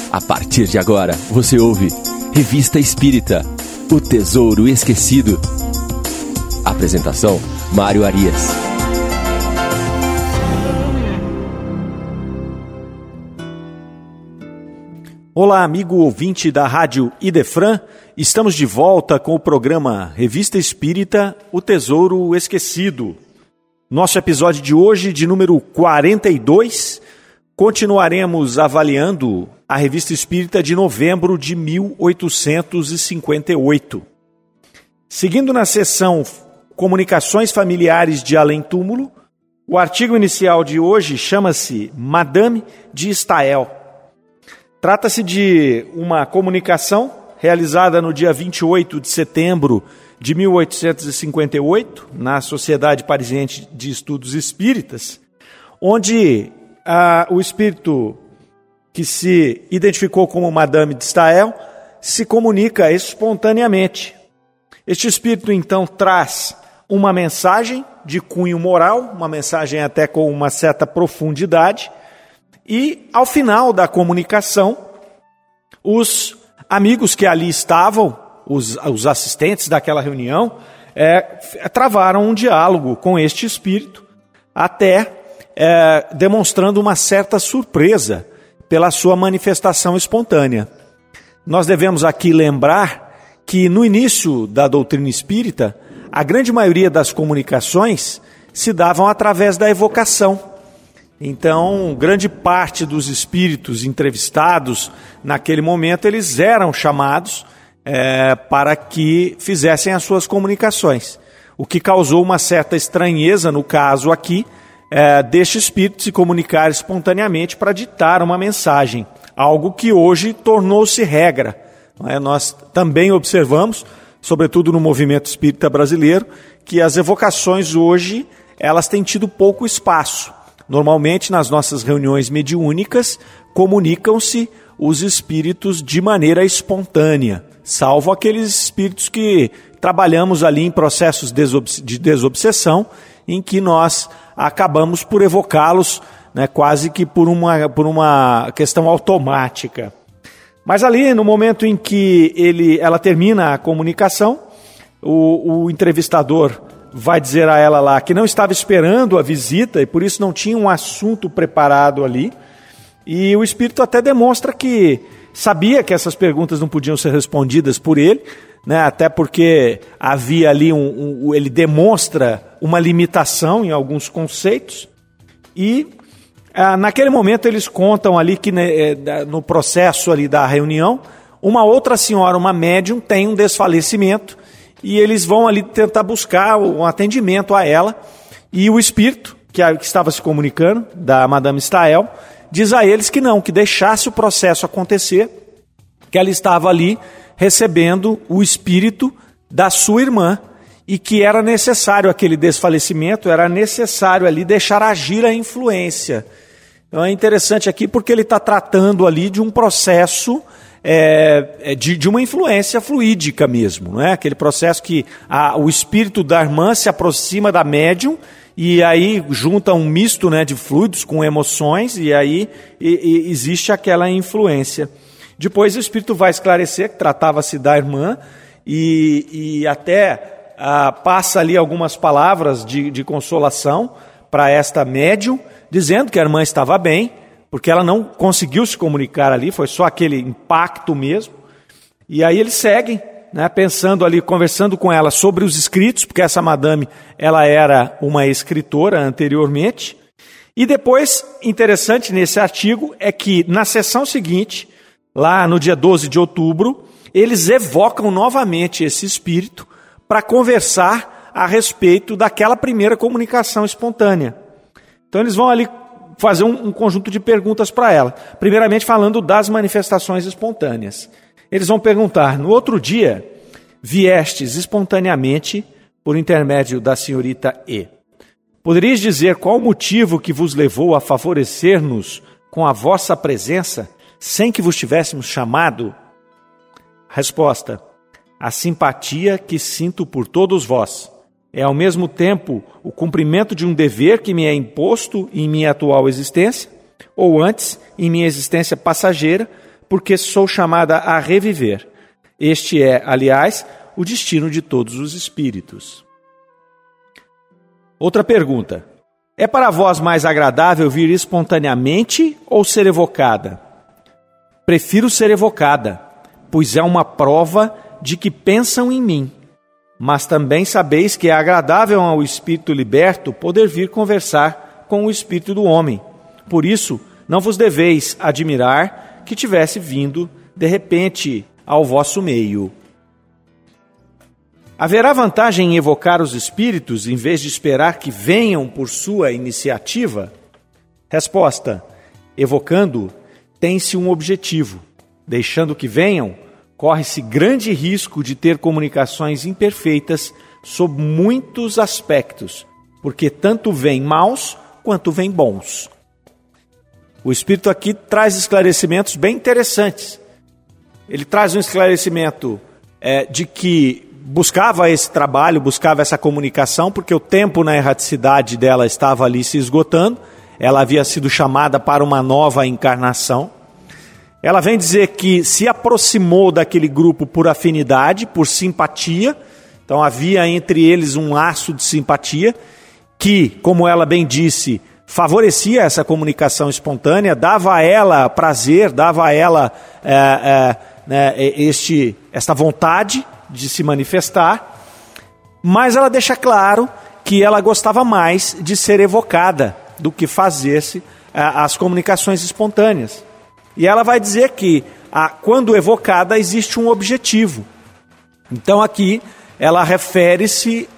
A partir de agora, você ouve Revista Espírita, O Tesouro Esquecido. Apresentação, Mário Arias. Olá, amigo ouvinte da Rádio Idefran. Estamos de volta com o programa Revista Espírita, O Tesouro Esquecido. Nosso episódio de hoje, de número 42, continuaremos avaliando a Revista Espírita de novembro de 1858. Seguindo na seção Comunicações Familiares de Além-Túmulo, o artigo inicial de hoje chama-se Madame de Staël. Trata-se de uma comunicação realizada no dia 28 de setembro de 1858, na Sociedade Parisiense de Estudos Espíritas, onde o espírito que se identificou como Madame de Staël se comunica espontaneamente. Este espírito, então, traz uma mensagem de cunho moral, uma mensagem até com uma certa profundidade, e, ao final da comunicação, os amigos que ali estavam, os assistentes daquela reunião, travaram um diálogo com este espírito, até demonstrando uma certa surpresa pela sua manifestação espontânea. Nós devemos aqui lembrar que no início da doutrina espírita, a grande maioria das comunicações se davam através da evocação. Então, grande parte dos espíritos entrevistados naquele momento, eles eram chamados para que fizessem as suas comunicações. O que causou uma certa estranheza, no caso aqui, deste espírito se comunicar espontaneamente para ditar uma mensagem, algo que hoje tornou-se regra. Nós também observamos, sobretudo no movimento espírita brasileiro, que as evocações hoje elas têm tido pouco espaço. Normalmente, nas nossas reuniões mediúnicas, comunicam-se os espíritos de maneira espontânea, salvo aqueles espíritos que trabalhamos ali em processos de desobsessão, em que nós acabamos por evocá-los, quase que por uma questão automática. Mas ali, no momento em que ela termina a comunicação, o entrevistador vai dizer a ela lá que não estava esperando a visita e por isso não tinha um assunto preparado ali. E o espírito até demonstra que sabia que essas perguntas não podiam ser respondidas por ele, até porque havia ali ele demonstra uma limitação em alguns conceitos. E naquele momento eles contam ali que no processo ali da reunião, uma outra senhora, uma médium, tem um desfalecimento. E eles vão ali tentar buscar um atendimento a ela. E o espírito, que estava se comunicando, da Madame Staël, diz a eles que não, que deixasse o processo acontecer, que ela estava ali recebendo o espírito da sua irmã e que era necessário aquele desfalecimento, era necessário ali deixar agir a influência. Então é interessante aqui porque ele está tratando ali de um processo de uma influência fluídica mesmo, não é? Aquele processo que o espírito da irmã se aproxima da médium e aí junta um misto, de fluidos com emoções e aí existe aquela influência. Depois o espírito vai esclarecer que tratava-se da irmã e até passa ali algumas palavras de consolação para esta médium, dizendo que a irmã estava bem, porque ela não conseguiu se comunicar ali, foi só aquele impacto mesmo. E aí eles seguem, pensando ali, conversando com ela sobre os escritos, porque essa madame, ela era uma escritora anteriormente. E depois, interessante nesse artigo, é que na sessão seguinte, lá no dia 12 de outubro, eles evocam novamente esse espírito para conversar a respeito daquela primeira comunicação espontânea. Então eles vão ali fazer um conjunto de perguntas para ela. Primeiramente falando das manifestações espontâneas. Eles vão perguntar: no outro dia, viestes espontaneamente por intermédio da senhorita E. Poderias dizer qual o motivo que vos levou a favorecer-nos com a vossa presença, sem que vos tivéssemos chamado? Resposta: a simpatia que sinto por todos vós é ao mesmo tempo o cumprimento de um dever que me é imposto em minha atual existência, ou antes, em minha existência passageira, porque sou chamada a reviver. Este é, aliás, o destino de todos os espíritos. Outra pergunta. É para vós mais agradável vir espontaneamente ou ser evocada? Prefiro ser evocada, pois é uma prova de que pensam em mim. Mas também sabeis que é agradável ao espírito liberto poder vir conversar com o espírito do homem. Por isso, não vos deveis admirar que tivesse vindo de repente ao vosso meio. Haverá vantagem em evocar os espíritos em vez de esperar que venham por sua iniciativa? Resposta: evocando, tem-se um objetivo. Deixando que venham, corre-se grande risco de ter comunicações imperfeitas sob muitos aspectos, porque tanto vêm maus quanto vêm bons. O Espírito aqui traz esclarecimentos bem interessantes. Ele traz um esclarecimento de que buscava esse trabalho, buscava essa comunicação, porque o tempo na erraticidade dela estava ali se esgotando, ela havia sido chamada para uma nova encarnação. Ela vem dizer que se aproximou daquele grupo por afinidade, por simpatia, então havia entre eles um laço de simpatia, que, como ela bem disse, favorecia essa comunicação espontânea, dava a ela prazer, dava a ela esta vontade de se manifestar, mas ela deixa claro que ela gostava mais de ser evocada do que fazer-se as comunicações espontâneas. E ela vai dizer que, quando evocada, existe um objetivo. Então aqui ela refere-se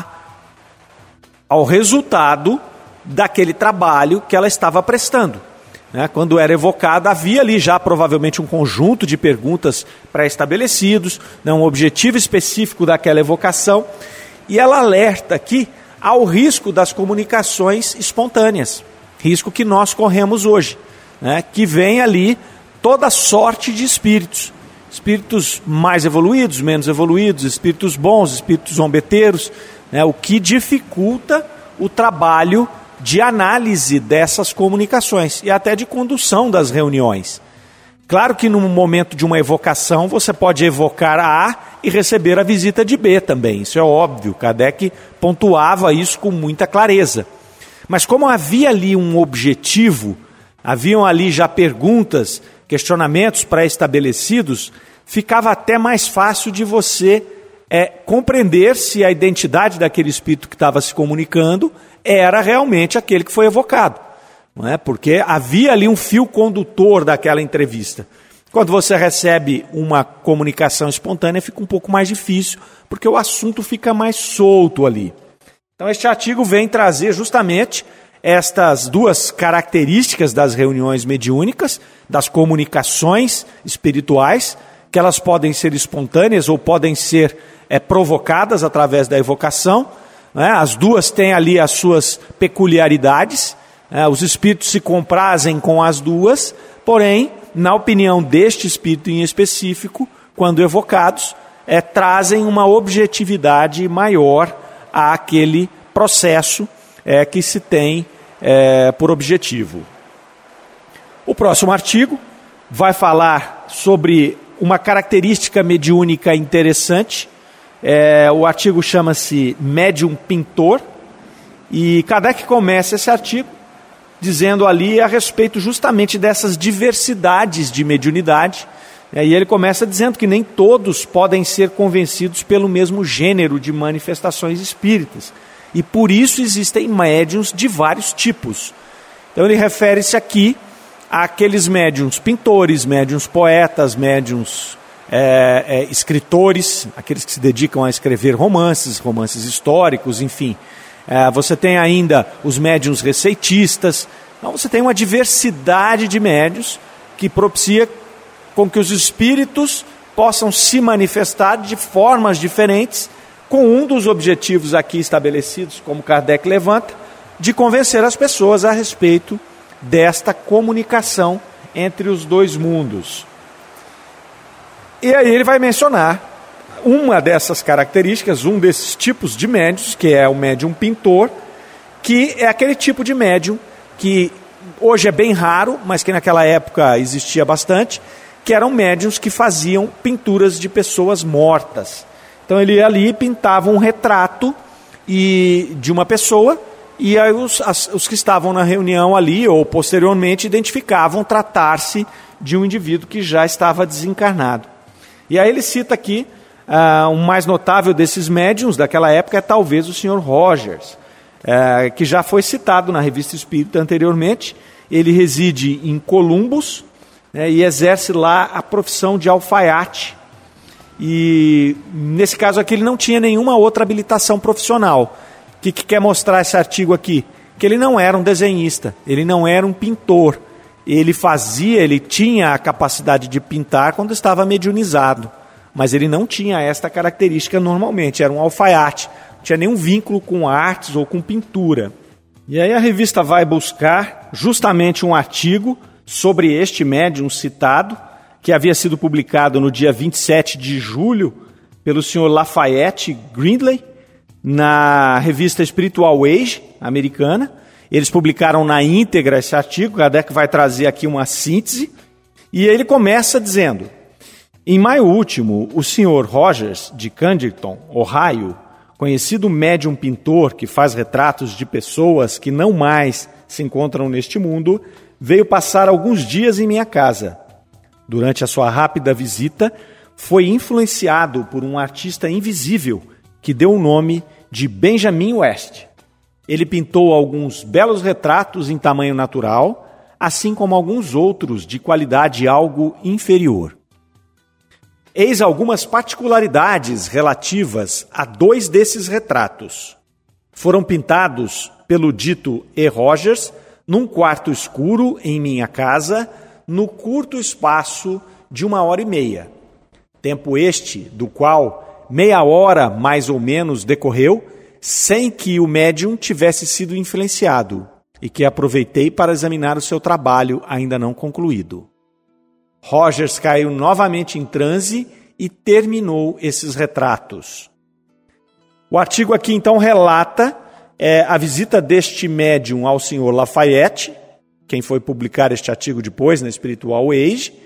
ao resultado daquele trabalho que ela estava prestando. Quando era evocada, havia ali já provavelmente um conjunto de perguntas pré-estabelecidos, um objetivo específico daquela evocação, e ela alerta aqui ao risco das comunicações espontâneas, risco que nós corremos hoje, que vem ali toda sorte de espíritos, espíritos mais evoluídos, menos evoluídos, espíritos bons, espíritos zombeteiros, o que dificulta o trabalho de análise dessas comunicações e até de condução das reuniões. Claro que no momento de uma evocação você pode evocar a A e receber a visita de B também, isso é óbvio, Kardec pontuava isso com muita clareza. Mas como havia ali um objetivo, haviam ali já perguntas, questionamentos pré-estabelecidos, ficava até mais fácil de você compreender se a identidade daquele espírito que estava se comunicando era realmente aquele que foi evocado, não é? Porque havia ali um fio condutor daquela entrevista. Quando você recebe uma comunicação espontânea, fica um pouco mais difícil, porque o assunto fica mais solto ali. Então este artigo vem trazer justamente estas duas características das reuniões mediúnicas, das comunicações espirituais, que elas podem ser espontâneas ou podem ser provocadas através da evocação. As duas têm ali as suas peculiaridades, os espíritos se comprazem com as duas, porém, na opinião deste espírito em específico, quando evocados, trazem uma objetividade maior àquele processo que se tem por objetivo. O próximo artigo vai falar sobre uma característica mediúnica interessante. O artigo chama-se Médium Pintor, e Kardec começa esse artigo dizendo ali a respeito justamente dessas diversidades de mediunidade, e ele começa dizendo que nem todos podem ser convencidos pelo mesmo gênero de manifestações espíritas, e por isso existem médiuns de vários tipos. Então ele refere-se aqui àqueles médiuns pintores, médiuns poetas, médiuns escritores, aqueles que se dedicam a escrever romances históricos, enfim. Você tem ainda os médiuns receitistas. Então você tem uma diversidade de médiuns que propicia com que os espíritos possam se manifestar de formas diferentes, com um dos objetivos aqui estabelecidos, como Kardec levanta, de convencer as pessoas a respeito desta comunicação entre os dois mundos. E aí ele vai mencionar uma dessas características, um desses tipos de médiuns, que é o médium pintor, que é aquele tipo de médium que hoje é bem raro, mas que naquela época existia bastante, que eram médiuns que faziam pinturas de pessoas mortas. Então ele ia ali e pintava um retrato de uma pessoa, e aí os que estavam na reunião ali, ou posteriormente, identificavam tratar-se de um indivíduo que já estava desencarnado. E aí ele cita aqui, o mais notável desses médiuns daquela época é talvez o Sr. Rogers, que já foi citado na Revista Espírita anteriormente. Ele reside em Columbus, e exerce lá a profissão de alfaiate. E nesse caso aqui ele não tinha nenhuma outra habilitação profissional. O que quer mostrar esse artigo aqui? Que ele não era um desenhista, ele não era um pintor. Ele tinha a capacidade de pintar quando estava mediunizado, mas ele não tinha esta característica normalmente, era um alfaiate, não tinha nenhum vínculo com artes ou com pintura. E aí a revista vai buscar justamente um artigo sobre este médium citado, que havia sido publicado no dia 27 de julho pelo Sr. Lafayette Grindley, na revista Spiritual Age americana. Eles publicaram na íntegra esse artigo. Kardec vai trazer aqui uma síntese, e ele começa dizendo: em maio último, o Sr. Rogers, de Canditon, Ohio, conhecido médium pintor que faz retratos de pessoas que não mais se encontram neste mundo, veio passar alguns dias em minha casa. Durante a sua rápida visita, foi influenciado por um artista invisível que deu o nome de Benjamin West. Ele pintou alguns belos retratos em tamanho natural, assim como alguns outros de qualidade algo inferior. Eis algumas particularidades relativas a 2 desses retratos. Foram pintados pelo dito E. Rogers num quarto escuro em minha casa, no curto espaço de 1h30. Tempo este do qual meia hora mais ou menos decorreu, sem que o médium tivesse sido influenciado, e que aproveitei para examinar o seu trabalho ainda não concluído. Rogers caiu novamente em transe e terminou esses retratos. O artigo aqui então relata a visita deste médium ao Sr. Lafayette, quem foi publicar este artigo depois na Spiritual Age,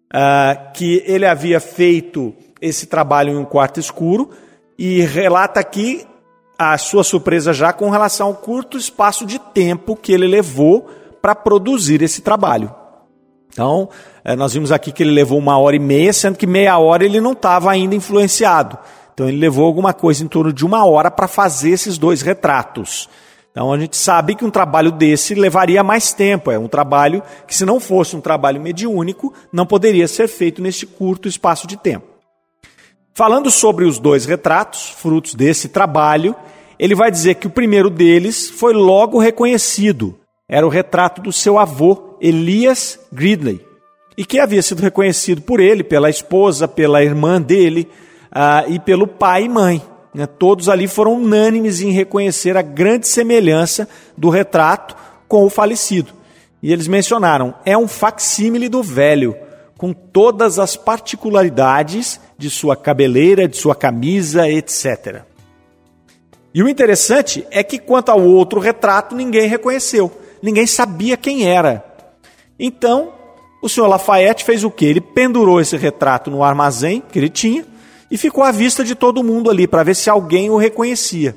que ele havia feito esse trabalho em um quarto escuro, e relata aqui a sua surpresa já com relação ao curto espaço de tempo que ele levou para produzir esse trabalho. Então, nós vimos aqui que ele levou 1h30, sendo que meia hora ele não estava ainda influenciado. Então, ele levou alguma coisa em torno de 1 hora para fazer esses 2 retratos. Então, a gente sabe que um trabalho desse levaria mais tempo. É um trabalho que, se não fosse um trabalho mediúnico, não poderia ser feito nesse curto espaço de tempo. Falando sobre os 2 retratos, frutos desse trabalho, ele vai dizer que o primeiro deles foi logo reconhecido. Era o retrato do seu avô, Elias Gridley, e que havia sido reconhecido por ele, pela esposa, pela irmã dele e pelo pai e mãe. Todos ali foram unânimes em reconhecer a grande semelhança do retrato com o falecido. E eles mencionaram: é um facsímile do velho, com todas as particularidades de sua cabeleira, de sua camisa, etc. E o interessante é que, quanto ao outro retrato, ninguém reconheceu, ninguém sabia quem era. Então, o Sr. Lafayette fez o quê? Ele pendurou esse retrato no armazém que ele tinha e ficou à vista de todo mundo ali, para ver se alguém o reconhecia.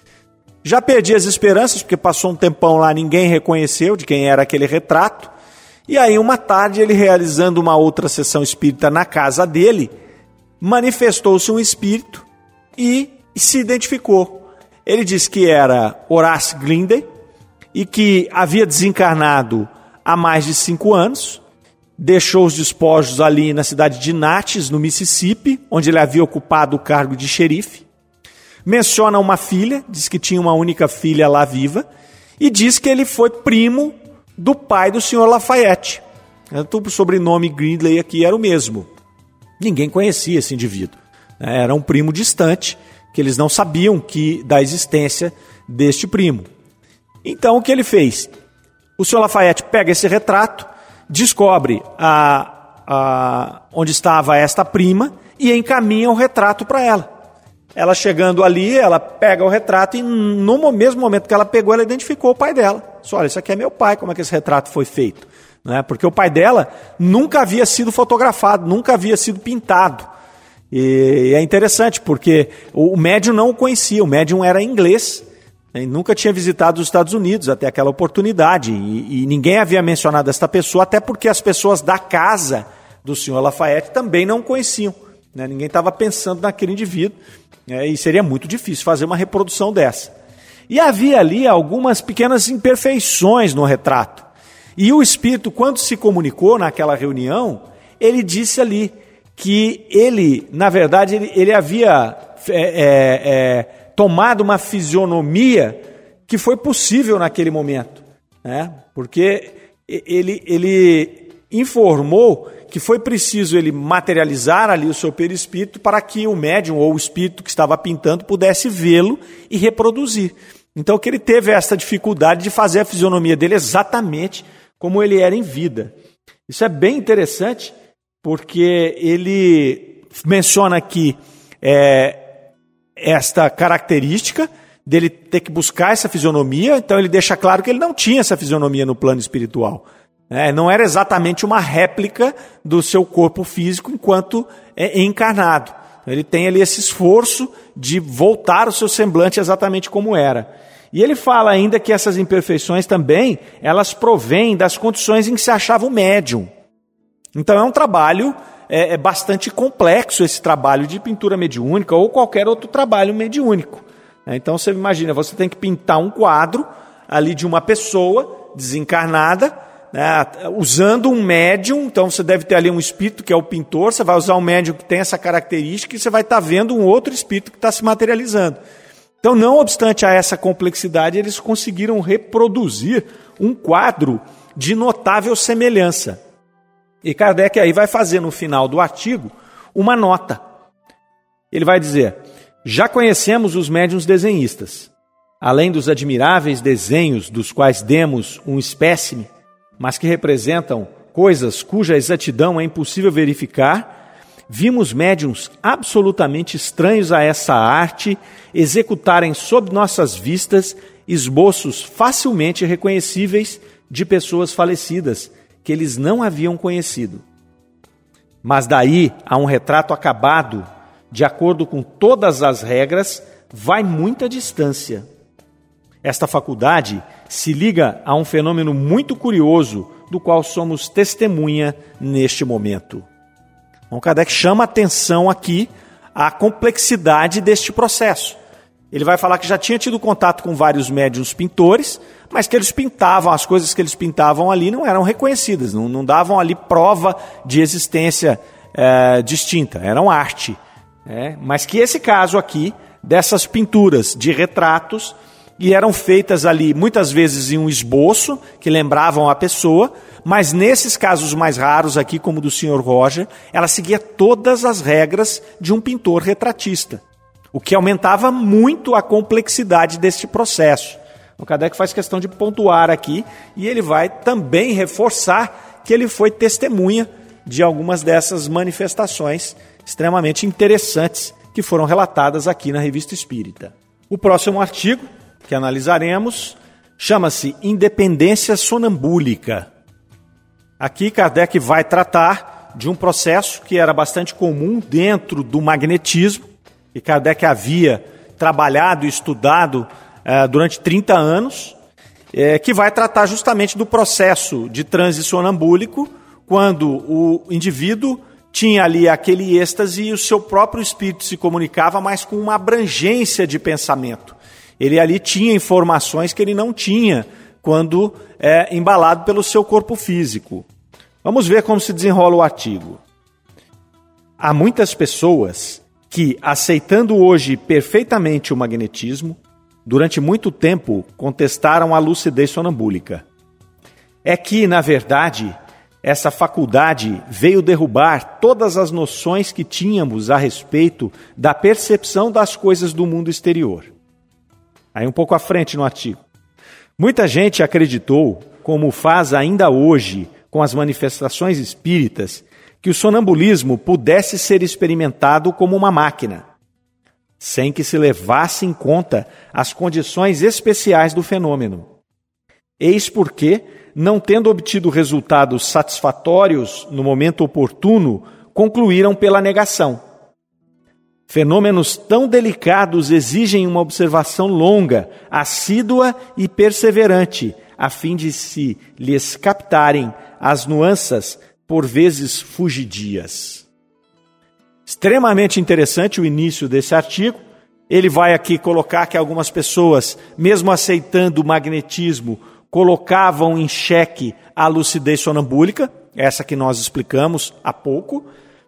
Já perdi as esperanças, porque passou um tempão lá, ninguém reconheceu de quem era aquele retrato. E aí, uma tarde, ele realizando uma outra sessão espírita na casa dele, manifestou-se um espírito e se identificou. Ele disse que era Horace Grindley e que havia desencarnado há mais de 5 anos, deixou os despojos ali na cidade de Natchez, no Mississippi, onde ele havia ocupado o cargo de xerife. Menciona uma filha, diz que tinha uma única filha lá viva, e diz que ele foi primo do pai do Sr. Lafayette. O sobrenome Grindley aqui era o mesmo. Ninguém conhecia esse indivíduo. Era um primo distante, que eles não sabiam da existência deste primo. Então, o que ele fez? O Sr. Lafayette pega esse retrato, descobre onde estava esta prima e encaminha o retrato para ela. Ela chegando ali, ela pega o retrato e no mesmo momento que ela pegou, ela identificou o pai dela. Olha, isso aqui é meu pai, como é que esse retrato foi feito? né? Porque o pai dela nunca havia sido fotografado, nunca havia sido pintado. E é interessante porque o médium não o conhecia, o médium era inglês, né? Nunca tinha visitado os Estados Unidos até aquela oportunidade, e ninguém havia mencionado esta pessoa, até porque as pessoas da casa do senhor Lafayette também não o conheciam, né? Ninguém estava pensando naquele indivíduo, né? E seria muito difícil fazer uma reprodução dessa. E havia ali algumas pequenas imperfeições no retrato. E o espírito, quando se comunicou naquela reunião, ele disse ali que ele, na verdade, ele havia tomado uma fisionomia que foi possível naquele momento, né? Porque ele informou que foi preciso ele materializar ali o seu perispírito para que o médium ou o espírito que estava pintando pudesse vê-lo e reproduzir. Então que ele teve essa dificuldade de fazer a fisionomia dele exatamente como ele era em vida. Isso é bem interessante, porque ele menciona aqui esta característica dele ter que buscar essa fisionomia, então ele deixa claro que ele não tinha essa fisionomia no plano espiritual. Não era exatamente uma réplica do seu corpo físico enquanto encarnado. Ele tem ali esse esforço de voltar o seu semblante exatamente como era. E ele fala ainda que essas imperfeições também, elas provêm das condições em que se achava o médium. Então é um trabalho bastante complexo, esse trabalho de pintura mediúnica ou qualquer outro trabalho mediúnico. Então você imagina, você tem que pintar um quadro ali de uma pessoa desencarnada, né, usando um médium. Então você deve ter ali um espírito que é o pintor, você vai usar um médium que tem essa característica e você vai estar vendo um outro espírito que está se materializando. Então, não obstante a essa complexidade, eles conseguiram reproduzir um quadro de notável semelhança. E Kardec aí vai fazer no final do artigo uma nota. Ele vai dizer: já conhecemos os médiuns desenhistas. Além dos admiráveis desenhos dos quais demos um espécime, mas que representam coisas cuja exatidão é impossível verificar, vimos médiuns absolutamente estranhos a essa arte executarem sob nossas vistas esboços facilmente reconhecíveis de pessoas falecidas que eles não haviam conhecido. Mas daí a um retrato acabado, de acordo com todas as regras, vai muita distância. Esta faculdade se liga a um fenômeno muito curioso do qual somos testemunha neste momento. Então, Kardec chama atenção aqui à complexidade deste processo. Ele vai falar que já tinha tido contato com vários médiuns pintores, mas que eles pintavam, as coisas que eles pintavam ali não eram reconhecidas, não davam ali prova de existência distinta, eram arte. Mas que esse caso aqui, dessas pinturas de retratos, e eram feitas ali muitas vezes em um esboço, que lembravam a pessoa, mas nesses casos mais raros aqui, como o do Sr. Roger, ela seguia todas as regras de um pintor retratista, o que aumentava muito a complexidade deste processo. O Kardec faz questão de pontuar aqui, e ele vai também reforçar que ele foi testemunha de algumas dessas manifestações extremamente interessantes que foram relatadas aqui na Revista Espírita. O próximo artigo que analisaremos chama-se Independência Sonambúlica. Aqui Kardec vai tratar de um processo que era bastante comum dentro do magnetismo, que Kardec havia trabalhado e estudado durante 30 anos, que vai tratar justamente do processo de transe sonambúlico, quando o indivíduo tinha ali aquele êxtase e o seu próprio espírito se comunicava, mas com uma abrangência de pensamento. Ele ali tinha informações que ele não tinha quando embalado pelo seu corpo físico. Vamos ver como se desenrola o artigo. Há muitas pessoas que, aceitando hoje perfeitamente o magnetismo, durante muito tempo contestaram a lucidez sonambúlica. É que, na verdade, essa faculdade veio derrubar todas as noções que tínhamos a respeito da percepção das coisas do mundo exterior. Aí um pouco à frente no artigo. Muita gente acreditou, como faz ainda hoje com as manifestações espíritas, que o sonambulismo pudesse ser experimentado como uma máquina, sem que se levasse em conta as condições especiais do fenômeno. Eis porque não tendo obtido resultados satisfatórios no momento oportuno, concluíram pela negação. Fenômenos tão delicados exigem uma observação longa, assídua e perseverante, a fim de se lhes captarem as nuances, por vezes fugidias. Extremamente interessante o início desse artigo. Ele vai aqui colocar que algumas pessoas, mesmo aceitando o magnetismo, colocavam em xeque a lucidez sonambúlica, essa que nós explicamos há pouco,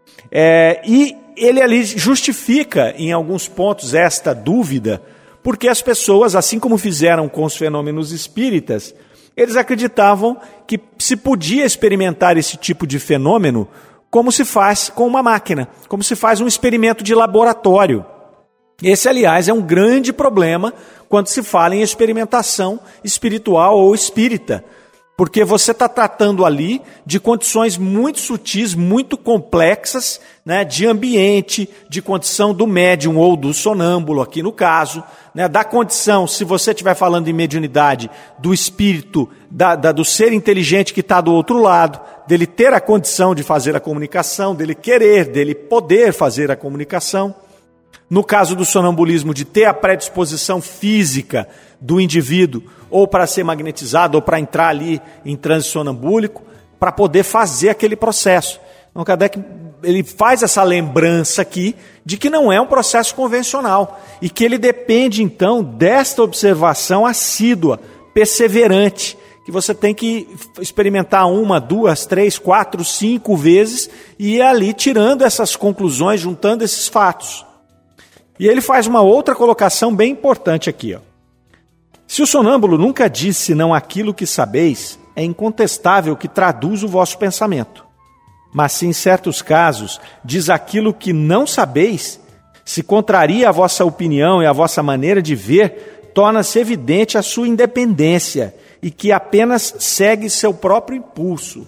e ele ali justifica em alguns pontos esta dúvida, porque as pessoas, assim como fizeram com os fenômenos espíritas, eles acreditavam que se podia experimentar esse tipo de fenômeno como se faz com uma máquina, como se faz um experimento de laboratório. Esse, aliás, é um grande problema quando se fala em experimentação espiritual ou espírita, porque você está tratando ali de condições muito sutis, muito complexas, né, de ambiente, de condição do médium ou do sonâmbulo, aqui no caso, né, da condição, se você estiver falando em mediunidade, do espírito, do ser inteligente que está do outro lado, dele ter a condição de fazer a comunicação, dele querer, dele poder fazer a comunicação. No caso do sonambulismo, de ter a predisposição física do indivíduo, ou para ser magnetizado, ou para entrar ali em transe sonambúlico, para poder fazer aquele processo. Então, Kardec ele faz essa lembrança aqui de que não é um processo convencional e que ele depende, então, desta observação assídua, perseverante, que você tem que experimentar 1, 2, 3, 4, 5 vezes e ir ali tirando essas conclusões, juntando esses fatos. E ele faz uma outra colocação bem importante aqui. Se o sonâmbulo nunca diz senão aquilo que sabeis, é incontestável que traduz o vosso pensamento. Mas se em certos casos diz aquilo que não sabeis, se contraria a vossa opinião e a vossa maneira de ver, torna-se evidente a sua independência e que apenas segue seu próprio impulso.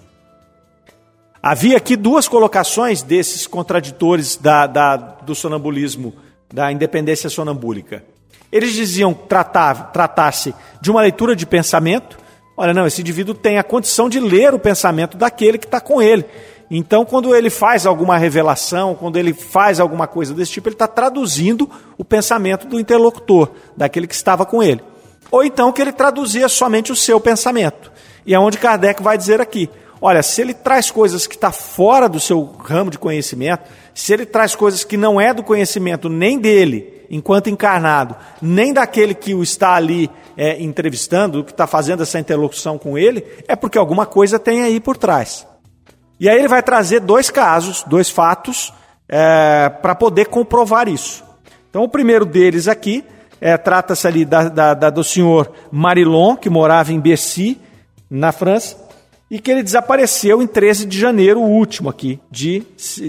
Havia aqui duas colocações desses contraditores do sonambulismo, da independência sonambúlica. Eles diziam tratar-se de uma leitura de pensamento. Olha, não, esse indivíduo tem a condição de ler o pensamento daquele que está com ele. Então, quando ele faz alguma revelação, quando ele faz alguma coisa desse tipo, ele está traduzindo o pensamento do interlocutor, daquele que estava com ele. Ou então que ele traduzia somente o seu pensamento. E é onde Kardec vai dizer aqui, olha, se ele traz coisas que estão fora do seu ramo de conhecimento, se ele traz coisas que não é do conhecimento nem dele, enquanto encarnado, nem daquele que o está ali entrevistando, que está fazendo essa interlocução com ele, é porque alguma coisa tem aí por trás. E aí ele vai trazer 2 casos, 2 fatos, para poder comprovar isso. Então o primeiro deles aqui, trata-se ali do senhor Marilon, que morava em Bercy, na França, e que ele desapareceu em 13 de janeiro, o último aqui, de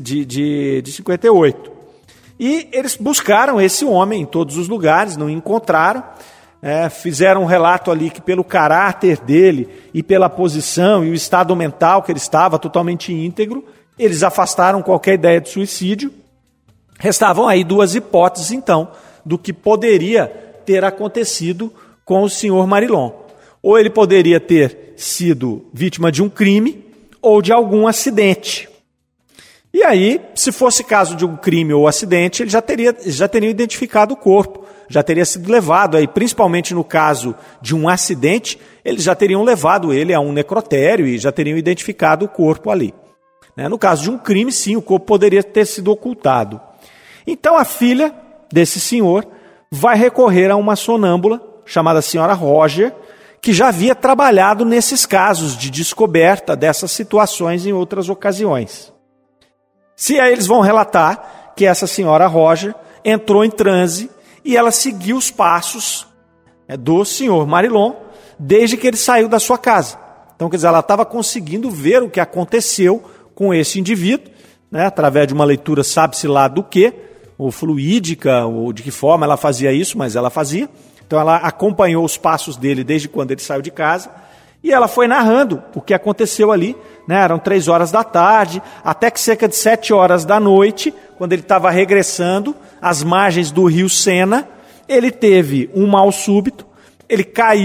58. E eles buscaram esse homem em todos os lugares, não encontraram, fizeram um relato ali que pelo caráter dele e pela posição e o estado mental que ele estava totalmente íntegro, eles afastaram qualquer ideia de suicídio. Restavam aí 2 hipóteses, então, do que poderia ter acontecido com o senhor Marilon. Ou ele poderia ter sido vítima de um crime ou de algum acidente. E aí, se fosse caso de um crime ou acidente, ele já teria identificado o corpo, já teria sido levado, aí, principalmente no caso de um acidente, eles já teriam levado ele a um necrotério e já teriam identificado o corpo ali. No caso de um crime, sim, o corpo poderia ter sido ocultado. Então a filha desse senhor vai recorrer a uma sonâmbula chamada senhora Roger, que já havia trabalhado nesses casos de descoberta dessas situações em outras ocasiões. Se aí eles vão relatar que essa senhora Roger entrou em transe e ela seguiu os passos do senhor Marilon desde que ele saiu da sua casa. Então, quer dizer, ela estava conseguindo ver o que aconteceu com esse indivíduo, através de uma leitura sabe-se lá do que, ou fluídica, ou de que forma ela fazia isso, mas ela fazia. Então ela acompanhou os passos dele desde quando ele saiu de casa e ela foi narrando o que aconteceu ali. Eram 3 horas da tarde, até que cerca de 7 horas da noite, quando ele estava regressando às margens do rio Sena, ele teve um mal súbito, ele caiu,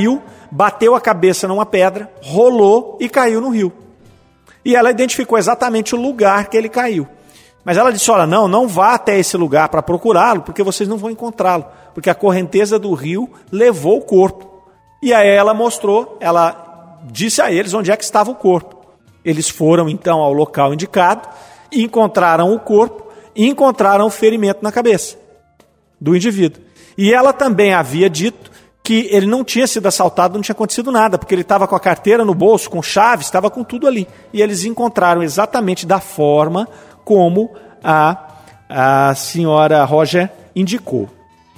bateu a cabeça numa pedra, rolou e caiu no rio. E ela identificou exatamente o lugar que ele caiu. Mas ela disse, olha, não vá até esse lugar para procurá-lo, porque vocês não vão encontrá-lo, porque a correnteza do rio levou o corpo. E aí ela disse a eles onde é que estava o corpo. Eles foram então ao local indicado, encontraram o corpo e encontraram o ferimento na cabeça do indivíduo. E ela também havia dito que ele não tinha sido assaltado, não tinha acontecido nada, porque ele estava com a carteira no bolso, com chave, estava com tudo ali. E eles encontraram exatamente da forma como a senhora Roger indicou.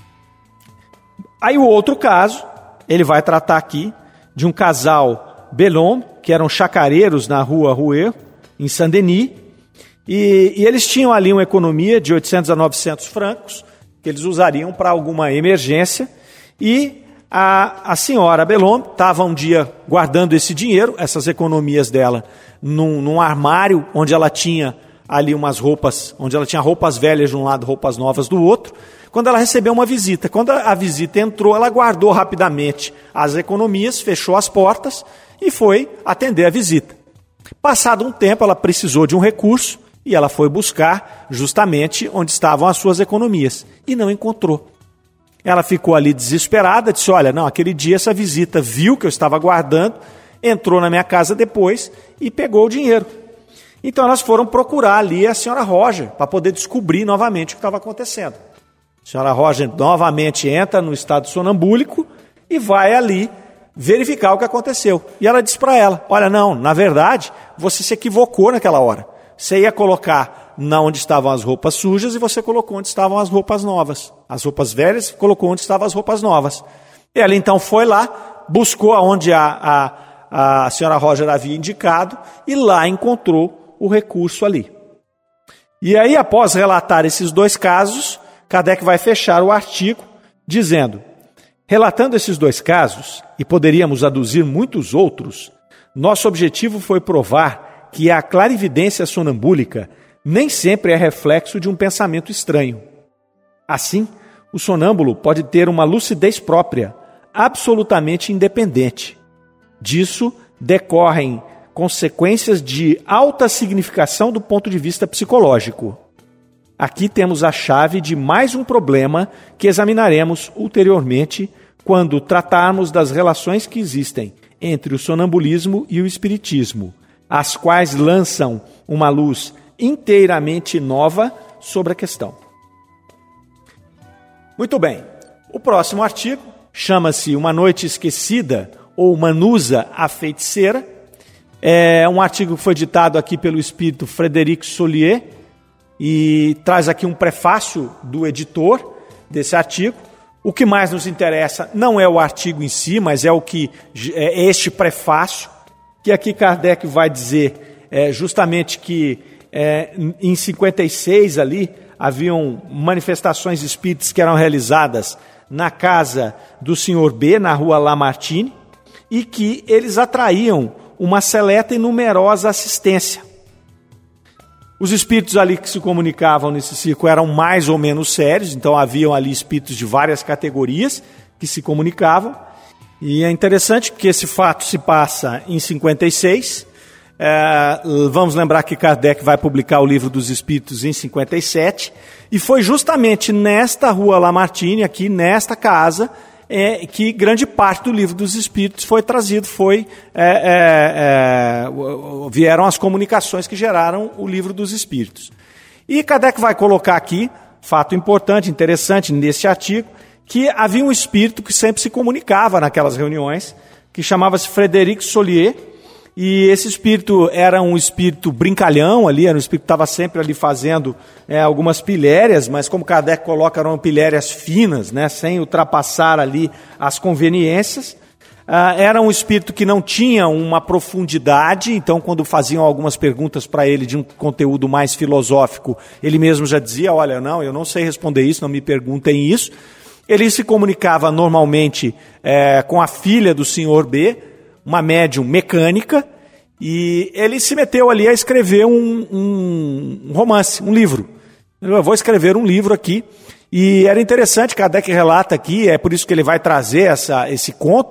Aí o outro caso, ele vai tratar aqui de um casal Bellon, que eram chacareiros na rua Rouet, em Saint-Denis, e eles tinham ali uma economia de 800 a 900 francos, que eles usariam para alguma emergência, e a senhora Bellon estava um dia guardando esse dinheiro, essas economias dela, num armário onde ela tinha ali umas roupas, onde ela tinha roupas velhas de um lado, roupas novas do outro, quando ela recebeu uma visita. Quando a visita entrou, ela guardou rapidamente as economias, fechou as portas e foi atender a visita. Passado um tempo, ela precisou de um recurso e ela foi buscar justamente onde estavam as suas economias e não encontrou. Ela ficou ali desesperada, disse, olha, não, aquele dia essa visita viu que eu estava guardando, entrou na minha casa depois e pegou o dinheiro. Então elas foram procurar ali a senhora Roger para poder descobrir novamente o que estava acontecendo. A senhora Roger novamente entra no estado sonambúlico e vai ali verificar o que aconteceu. E ela disse para ela, olha, não, na verdade, você se equivocou naquela hora. Você ia colocar onde estavam as roupas sujas e você colocou onde estavam as roupas novas. As roupas velhas, colocou onde estavam as roupas novas. E ela então foi lá, buscou aonde a senhora Roger havia indicado e lá encontrou o recurso ali. E aí, após relatar esses dois casos, Kardec vai fechar o artigo dizendo, relatando esses dois casos, e poderíamos aduzir muitos outros, nosso objetivo foi provar que a clarividência sonambúlica nem sempre é reflexo de um pensamento estranho. Assim, o sonâmbulo pode ter uma lucidez própria, absolutamente independente. Disso decorrem consequências de alta significação do ponto de vista psicológico. Aqui temos a chave de mais um problema que examinaremos ulteriormente quando tratarmos das relações que existem entre o sonambulismo e o espiritismo, as quais lançam uma luz inteiramente nova sobre a questão. Muito bem, o próximo artigo chama-se Uma Noite Esquecida ou Manusa a Feiticeira. É um artigo que foi ditado aqui pelo espírito Frederic Solier e traz aqui um prefácio do editor desse artigo. O que mais nos interessa não é o artigo em si, mas é este prefácio, que aqui Kardec vai dizer justamente que em 56 ali haviam manifestações espíritas que eram realizadas na casa do Sr. B, na rua Lamartine, e que eles atraíam uma seleta e numerosa assistência. Os espíritos ali que se comunicavam nesse círculo eram mais ou menos sérios, então haviam ali espíritos de várias categorias que se comunicavam. E é interessante que esse fato se passa em 56. Vamos lembrar que Kardec vai publicar o Livro dos Espíritos em 57. E foi justamente nesta rua Lamartine, aqui nesta casa, que grande parte do Livro dos Espíritos foi trazido, vieram as comunicações que geraram o Livro dos Espíritos. E Kardec vai colocar aqui, fato importante, interessante neste artigo, que havia um espírito que sempre se comunicava naquelas reuniões, que chamava-se Frederic Solier, e esse espírito era um espírito brincalhão ali, era um espírito que estava sempre ali fazendo algumas pilhérias, mas como Kardec coloca, eram pilhérias finas, né, sem ultrapassar ali as conveniências. Era um espírito que não tinha uma profundidade, então quando faziam algumas perguntas para ele de um conteúdo mais filosófico, ele mesmo já dizia, olha, não, eu não sei responder isso, não me perguntem isso. Ele se comunicava normalmente com a filha do Sr. B, uma médium mecânica, e ele se meteu ali a escrever um romance, um livro. Eu vou escrever um livro aqui, e era interessante, Kardec relata aqui, é por isso que ele vai trazer esse conto,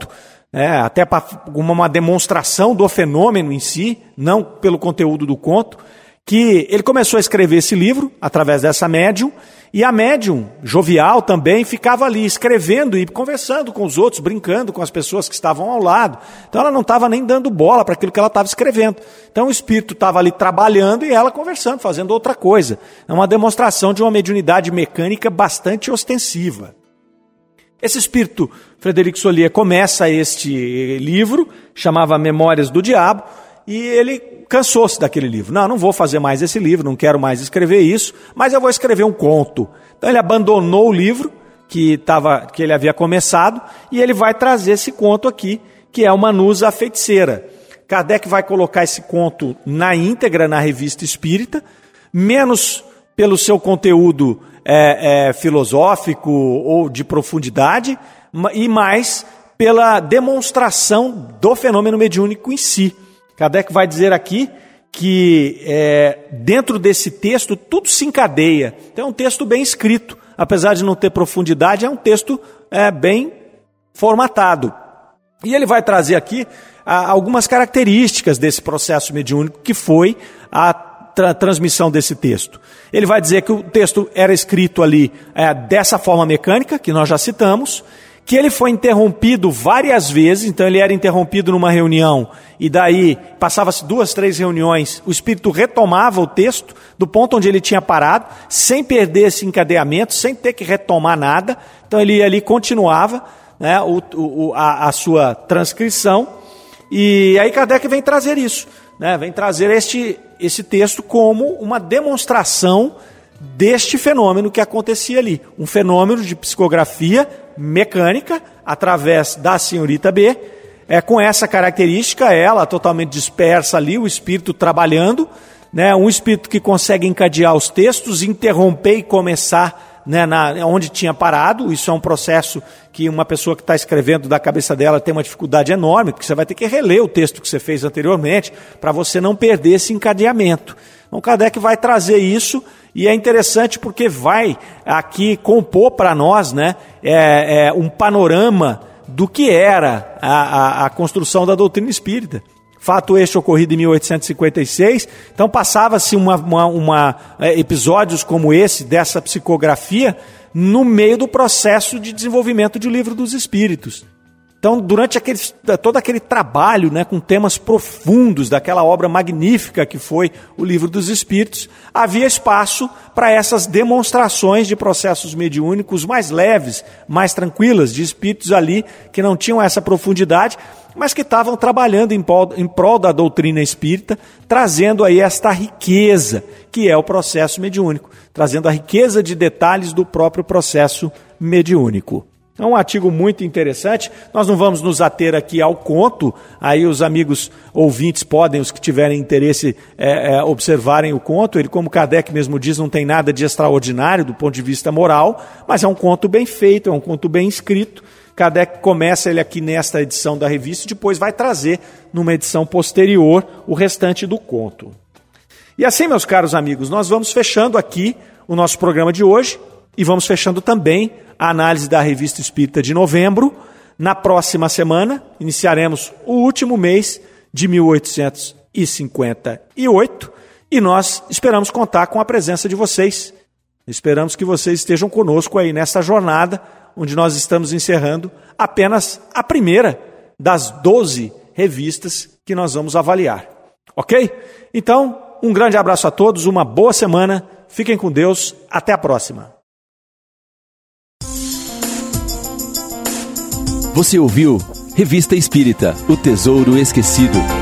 até para uma demonstração do fenômeno em si, não pelo conteúdo do conto, que ele começou a escrever esse livro através dessa médium, e a médium, jovial também, ficava ali escrevendo e conversando com os outros, brincando com as pessoas que estavam ao lado. Então ela não estava nem dando bola para aquilo que ela estava escrevendo. Então o espírito estava ali trabalhando e ela conversando, fazendo outra coisa. É uma demonstração de uma mediunidade mecânica bastante ostensiva. Esse espírito, Frederico Solier, começa este livro, chamava Memórias do Diabo, e ele cansou-se daquele livro. Não vou fazer mais esse livro, não quero mais escrever isso, mas eu vou escrever um conto. Então ele abandonou o livro que ele havia começado e ele vai trazer esse conto aqui, que é Uma Nusa a Feiticeira. Kardec vai colocar esse conto na íntegra na Revista Espírita, menos pelo seu conteúdo filosófico ou de profundidade, e mais pela demonstração do fenômeno mediúnico em si. Kardec vai dizer aqui que dentro desse texto tudo se encadeia. Então é um texto bem escrito, apesar de não ter profundidade, é um texto bem formatado. E ele vai trazer aqui algumas características desse processo mediúnico que foi a transmissão desse texto. Ele vai dizer que o texto era escrito ali dessa forma mecânica, que nós já citamos, que ele foi interrompido várias vezes, então ele era interrompido numa reunião, e daí passava-se 2, 3 reuniões, o espírito retomava o texto do ponto onde ele tinha parado, sem perder esse encadeamento, sem ter que retomar nada, então ele ali continuava a sua transcrição, e aí Kardec vem trazer isso, vem trazer esse texto como uma demonstração deste fenômeno que acontecia ali, um fenômeno de psicografia mecânica, através da senhorita B, com essa característica, ela totalmente dispersa ali, o espírito trabalhando, um espírito que consegue encadear os textos, interromper e começar onde tinha parado. Isso é um processo que uma pessoa que está escrevendo da cabeça dela tem uma dificuldade enorme, porque você vai ter que reler o texto que você fez anteriormente, para você não perder esse encadeamento. Então Kardec vai trazer isso, e é interessante porque vai aqui compor para nós um panorama do que era a construção da doutrina espírita. Fato este ocorrido em 1856, então passava-se episódios como esse, dessa psicografia, no meio do processo de desenvolvimento de Livro dos Espíritos. Então, durante todo aquele trabalho com temas profundos daquela obra magnífica que foi o Livro dos Espíritos, havia espaço para essas demonstrações de processos mediúnicos mais leves, mais tranquilas, de espíritos ali que não tinham essa profundidade, mas que estavam trabalhando em prol da doutrina espírita, trazendo aí esta riqueza, que é o processo mediúnico, trazendo a riqueza de detalhes do próprio processo mediúnico. É um artigo muito interessante. Nós não vamos nos ater aqui ao conto, aí os amigos ouvintes podem, os que tiverem interesse, observarem o conto. Ele, como Kardec mesmo diz, não tem nada de extraordinário do ponto de vista moral, mas é um conto bem feito, é um conto bem escrito. Kardec começa ele aqui nesta edição da revista e depois vai trazer, numa edição posterior, o restante do conto. E assim, meus caros amigos, nós vamos fechando aqui o nosso programa de hoje e vamos fechando também a análise da Revista Espírita de novembro. Na próxima semana, iniciaremos o último mês de 1858 e nós esperamos contar com a presença de vocês. Esperamos que vocês estejam conosco aí nessa jornada, onde nós estamos encerrando apenas a primeira das 12 revistas que nós vamos avaliar. Ok? Então, um grande abraço a todos, uma boa semana, fiquem com Deus, até a próxima. Você ouviu Revista Espírita, O Tesouro Esquecido.